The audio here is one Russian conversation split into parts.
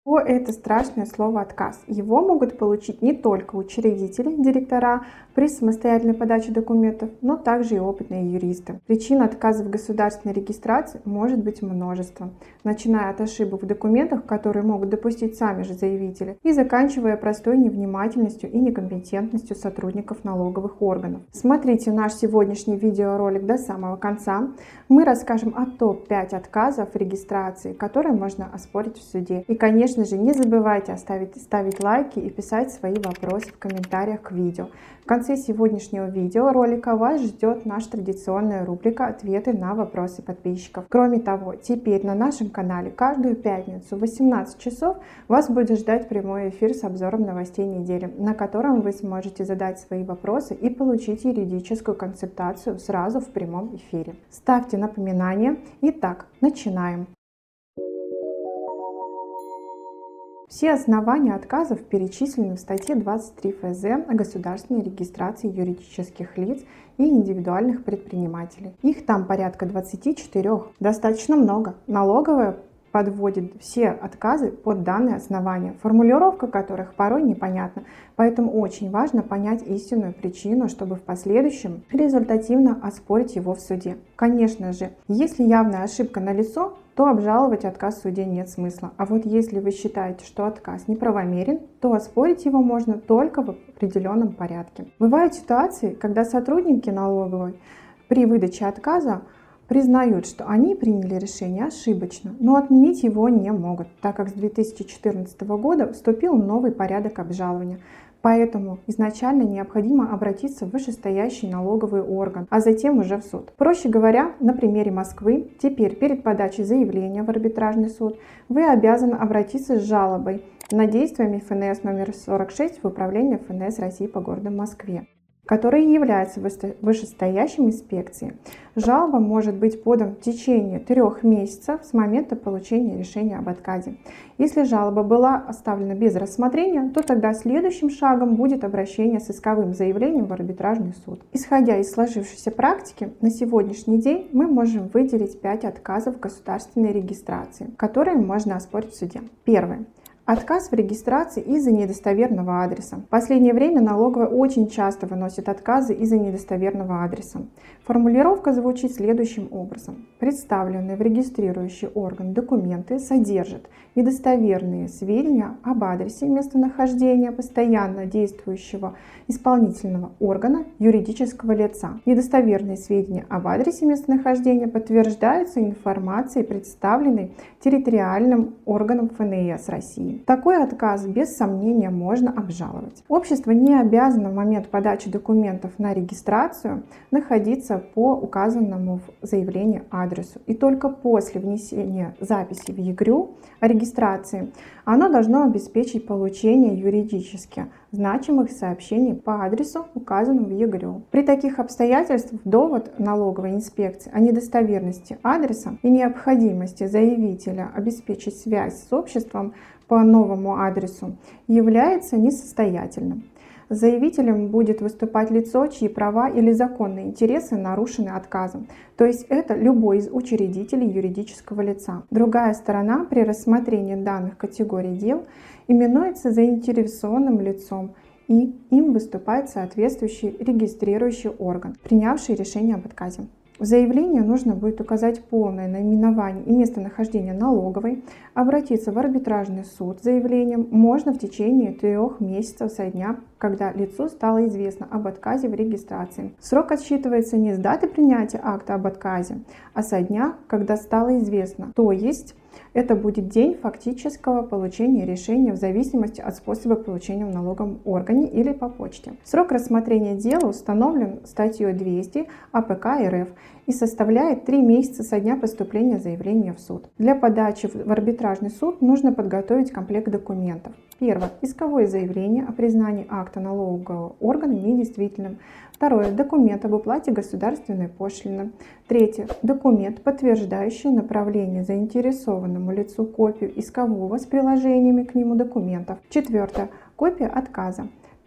Это страшное слово «отказ». Его могут получить не только учредители, директора при самостоятельной подаче документов, но также и опытные юристы. Причин отказа в государственной регистрации может быть множество, начиная от ошибок в документах, которые могут допустить сами же заявители, и заканчивая простой невнимательностью и некомпетентностью сотрудников налоговых органов. Смотрите наш сегодняшний видеоролик до самого конца. Мы расскажем о топ-5 отказов в регистрации, которые можно оспорить в суде. И, конечно же, не забывайте ставить лайки и писать свои вопросы в комментариях к видео. В конце сегодняшнего видеоролика вас ждет наша традиционная рубрика «Ответы на вопросы подписчиков». Кроме того, теперь на нашем канале каждую пятницу в 18 часов вас будет ждать прямой эфир с обзором новостей недели, на котором вы сможете задать свои вопросы и получить юридическую консультацию сразу в прямом эфире. Ставьте напоминания. Итак, начинаем. Все основания отказов перечислены в статье 23 ФЗ о государственной регистрации юридических лиц и индивидуальных предпринимателей. Их там порядка 24, достаточно много. Налоговая подводит все отказы под данные основания, формулировка которых порой непонятна, поэтому очень важно понять истинную причину, чтобы в последующем результативно оспорить его в суде. Конечно же, если явная ошибка налицо, то обжаловать отказ в суде нет смысла. А вот если вы считаете, что отказ неправомерен, то оспорить его можно только в определенном порядке. Бывают ситуации, когда сотрудники налоговой при выдаче отказа признают, что они приняли решение ошибочно, но отменить его не могут, так как с 2014 года вступил новый порядок обжалования. Поэтому изначально необходимо обратиться в вышестоящий налоговый орган, а затем уже в суд. Проще говоря, на примере Москвы, теперь перед подачей заявления в арбитражный суд вы обязаны обратиться с жалобой на действиями ФНС номер 46 в управление ФНС России по городу Москве, который является вышестоящим инспекцией. Жалоба может быть подана в течение 3 месяцев с момента получения решения об отказе. Если жалоба была оставлена без рассмотрения, то тогда следующим шагом будет обращение с исковым заявлением в арбитражный суд. Исходя из сложившейся практики, на сегодняшний день мы можем выделить 5 отказов государственной регистрации, которые можно оспорить в суде. Первое. Отказ в регистрации из-за недостоверного адреса. В последнее время налоговая очень часто выносит отказы из-за недостоверного адреса. Формулировка звучит следующим образом. Представленные в регистрирующий орган документы содержат недостоверные сведения об адресе местонахождения постоянно действующего исполнительного органа юридического лица. Недостоверные сведения об адресе местонахождения подтверждаются информацией, представленной территориальным органом ФНС России. Такой отказ без сомнения можно обжаловать. Общество не обязано в момент подачи документов на регистрацию находиться по указанному в заявлении адресу. И только после внесения записи в ЕГРЮ о регистрации оно должно обеспечить получение юридически значимых сообщений по адресу, указанному в ЕГРЮ. При таких обстоятельствах довод налоговой инспекции о недостоверности адреса и необходимости заявителя обеспечить связь с обществом по новому адресу является несостоятельным. Заявителем будет выступать лицо, чьи права или законные интересы нарушены отказом, то есть это любой из учредителей юридического лица. Другая сторона при рассмотрении данных категорий дел именуется заинтересованным лицом, и им выступает соответствующий регистрирующий орган, принявший решение об отказе. В заявлении нужно будет указать полное наименование и местонахождение налоговой, обратиться в арбитражный суд с заявлением можно в течение 3 месяцев со дня, когда лицу стало известно об отказе в регистрации. Срок отсчитывается не с даты принятия акта об отказе, а со дня, когда стало известно, то есть это будет день фактического получения решения в зависимости от способа получения в налоговом органе или по почте. Срок рассмотрения дела установлен статьей 200 АПК РФ и составляет 3 месяца со дня поступления заявления в суд. Для подачи в арбитражный суд нужно подготовить комплект документов. Первое. Исковое заявление о признании акта налогового органа недействительным. Второе. Документ об уплате государственной пошлины. Третье. Документ, подтверждающий направление заинтересованному лицу копию искового с приложениями к нему документов. Четвертое. Копия отказа.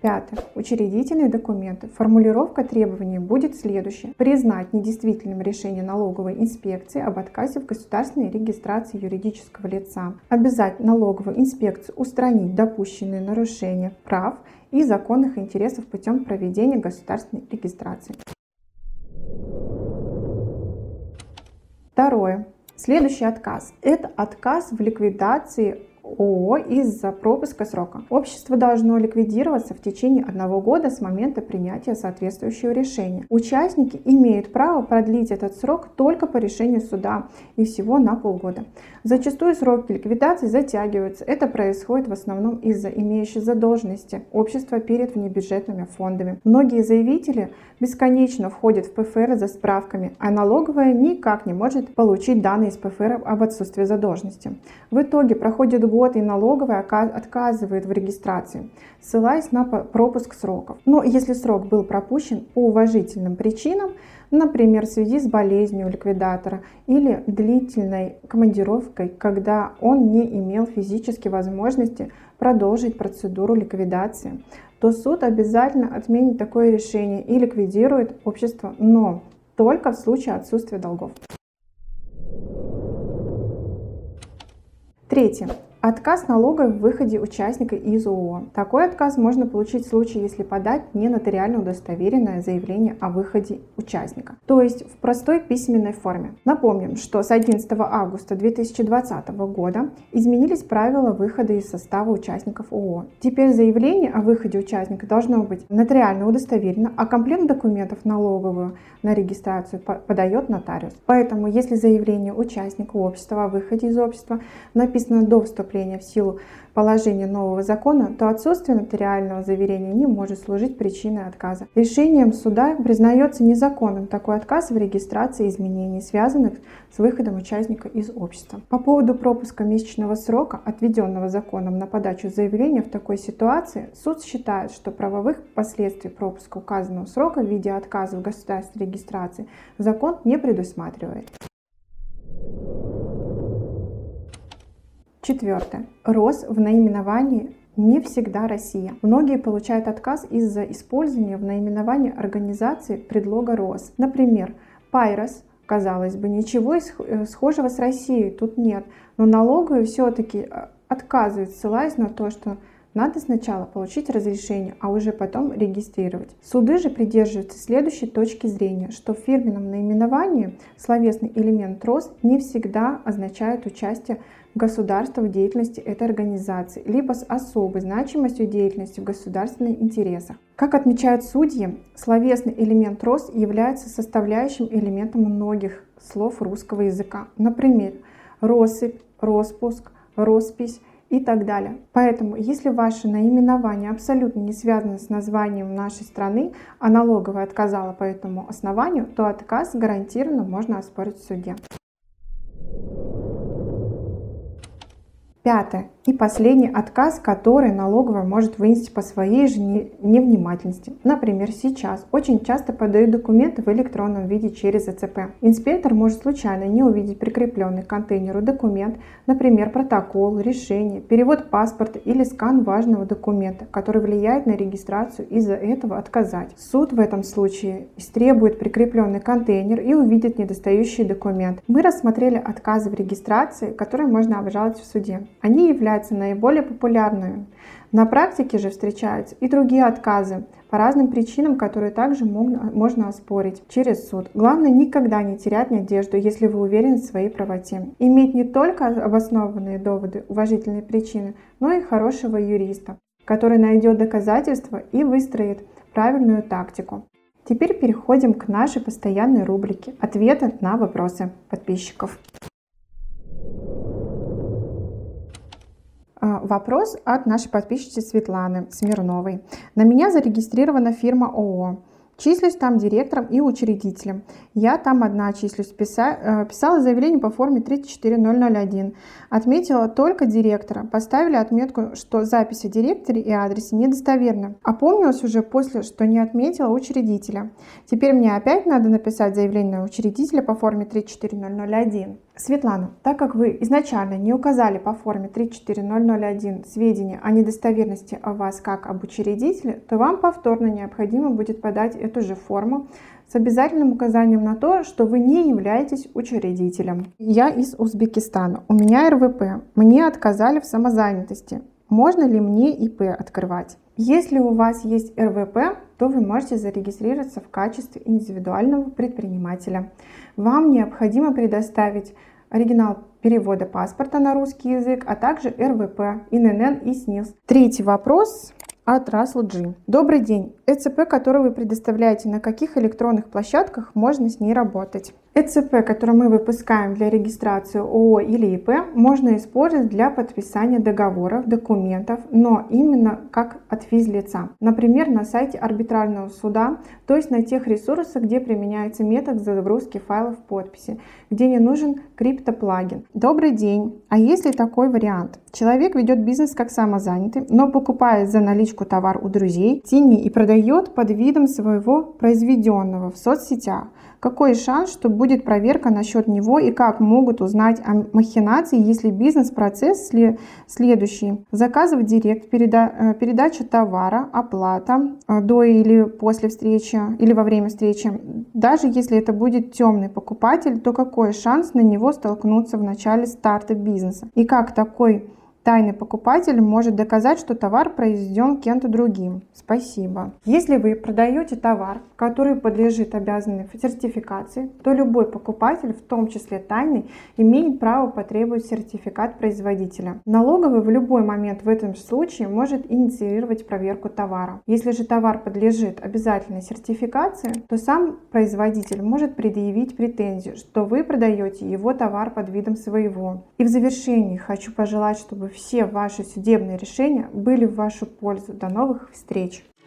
Пятое. Учредительные документы. Формулировка требований будет следующая. Признать недействительным решение налоговой инспекции об отказе в государственной регистрации юридического лица. Обязать налоговую инспекцию устранить допущенные нарушения прав и законных интересов путем проведения государственной регистрации. Второе. Следующий отказ. Это отказ в ликвидации ООО из-за пропуска срока. Общество должно ликвидироваться в течение 1 года с момента принятия соответствующего решения. Участники имеют право продлить этот срок только по решению суда и всего на полгода. Зачастую сроки ликвидации затягиваются. Это происходит в основном из-за имеющей задолженности общества перед внебюджетными фондами. Многие заявители бесконечно входят в ПФР за справками, а налоговая никак не может получить данные из ПФР об отсутствии задолженности. В итоге проходит год, и налоговая отказывает в регистрации, ссылаясь на пропуск сроков. Но если срок был пропущен по уважительным причинам, например, в связи с болезнью ликвидатора или длительной командировкой, когда он не имел физически возможности продолжить процедуру ликвидации, то суд обязательно отменит такое решение и ликвидирует общество, но только в случае отсутствия долгов. Третье. Отказ налоговой в выходе участника из ООО. Такой отказ можно получить в случае, если подать не нотариально удостоверенное заявление о выходе участника, то есть в простой письменной форме. Напомним, что с 11 августа 2020 года изменились правила выхода из состава участников ООО. Теперь заявление о выходе участника должно быть нотариально удостоверено, а комплект документов налоговую на регистрацию подает нотариус. Поэтому, если заявление участника общества о выходе из общества написано до вступления в силу положения нового закона, то отсутствие нотариального заверения не может служить причиной отказа. Решением суда признается незаконным такой отказ в регистрации изменений, связанных с выходом участника из общества. По поводу пропуска месячного срока, отведенного законом на подачу заявления в такой ситуации, суд считает, что правовых последствий пропуска указанного срока в виде отказа в государственной регистрации закон не предусматривает. Четвертое. РОС в наименовании не всегда Россия. Многие получают отказ из-за использования в наименовании организации предлога РОС. Например, Пайрос, казалось бы, ничего схожего с Россией тут нет, но налоговая все-таки отказывает, ссылаясь на то, что надо сначала получить разрешение, а уже потом регистрировать. Суды же придерживаются следующей точки зрения, что в фирменном наименовании словесный элемент РОС не всегда означает участие государства в деятельности этой организации, либо с особой значимостью деятельности в государственных интересах. Как отмечают судьи, словесный элемент РОС является составляющим элементом многих слов русского языка. Например, россыпь, роспуск, роспись и так далее. Поэтому, если ваше наименование абсолютно не связано с названием нашей страны, а налоговая отказала по этому основанию, то отказ гарантированно можно оспорить в суде. Пятое. И последний отказ, который налоговая может вынести по своей же невнимательности. Например, сейчас очень часто подают документы в электронном виде через ЭЦП. Инспектор может случайно не увидеть прикрепленный к контейнеру документ, например, протокол, решение, перевод паспорта или скан важного документа, который влияет на регистрацию, и из-за этого отказать. Суд в этом случае истребует прикрепленный контейнер и увидит недостающий документ. Мы рассмотрели отказы в регистрации, которые можно обжаловать в суде. Они являются наиболее популярными. На практике же встречаются и другие отказы по разным причинам, которые также можно оспорить через суд. Главное, никогда не терять надежду, если вы уверены в своей правоте. Иметь не только обоснованные доводы, уважительные причины, но и хорошего юриста, который найдет доказательства и выстроит правильную тактику. Теперь переходим к нашей постоянной рубрике «Ответы на вопросы подписчиков». Вопрос от нашей подписчицы Светланы Смирновой. На меня зарегистрирована фирма ООО. Числюсь там директором и учредителем. Я там одна числюсь. Писала заявление по форме 34001. Отметила только директора. Поставили отметку, что запись о директоре и адресе недостоверны. Опомнилась уже после, что не отметила учредителя. Теперь мне опять надо написать заявление на учредителя по форме 34001. Светлана, так как вы изначально не указали по форме 34001 сведения о недостоверности о вас как об учредителе, то вам повторно необходимо будет подать эту же форму с обязательным указанием на то, что вы не являетесь учредителем. Я из Узбекистана, у меня РВП, мне отказали в самозанятости. Можно ли мне ИП открывать? Если у вас есть РВП, то вы можете зарегистрироваться в качестве индивидуального предпринимателя. Вам необходимо предоставить оригинал перевода паспорта на русский язык, а также РВП, ИНН и СНИЛС. Третий вопрос от Russell G. Добрый день. ЭЦП, который вы предоставляете, на каких электронных площадках можно с ней работать? ЭЦП, который мы выпускаем для регистрации ООО или ИП, можно использовать для подписания договоров, документов, но именно как от физлица. Например, на сайте арбитражного суда, то есть на тех ресурсах, где применяется метод загрузки файлов подписи, где не нужен криптоплагин. Добрый день. А если такой вариант? Человек ведет бизнес как самозанятый, но покупает за наличку товар у друзей, тени и продает под видом своего произведенного в соцсетях. Какой шанс, что будет проверка насчет него и как могут узнать о махинации, если бизнес-процесс следующий? Заказ в директ, передача товара, оплата до или после встречи или во время встречи. Даже если это будет темный покупатель, то какой шанс на него столкнуться в начале старта бизнеса? И как такой тайный покупатель может доказать, что товар произведен кем-то другим? Спасибо. Если вы продаете товар, который подлежит обязанной сертификации, то любой покупатель, в том числе тайный, имеет право потребовать сертификат производителя. Налоговый в любой момент в этом случае может инициировать проверку товара. Если же товар подлежит обязательной сертификации, то сам производитель может предъявить претензию, что вы продаете его товар под видом своего. И в завершении хочу пожелать, чтобы все ваши судебные решения были в вашу пользу. До новых встреч!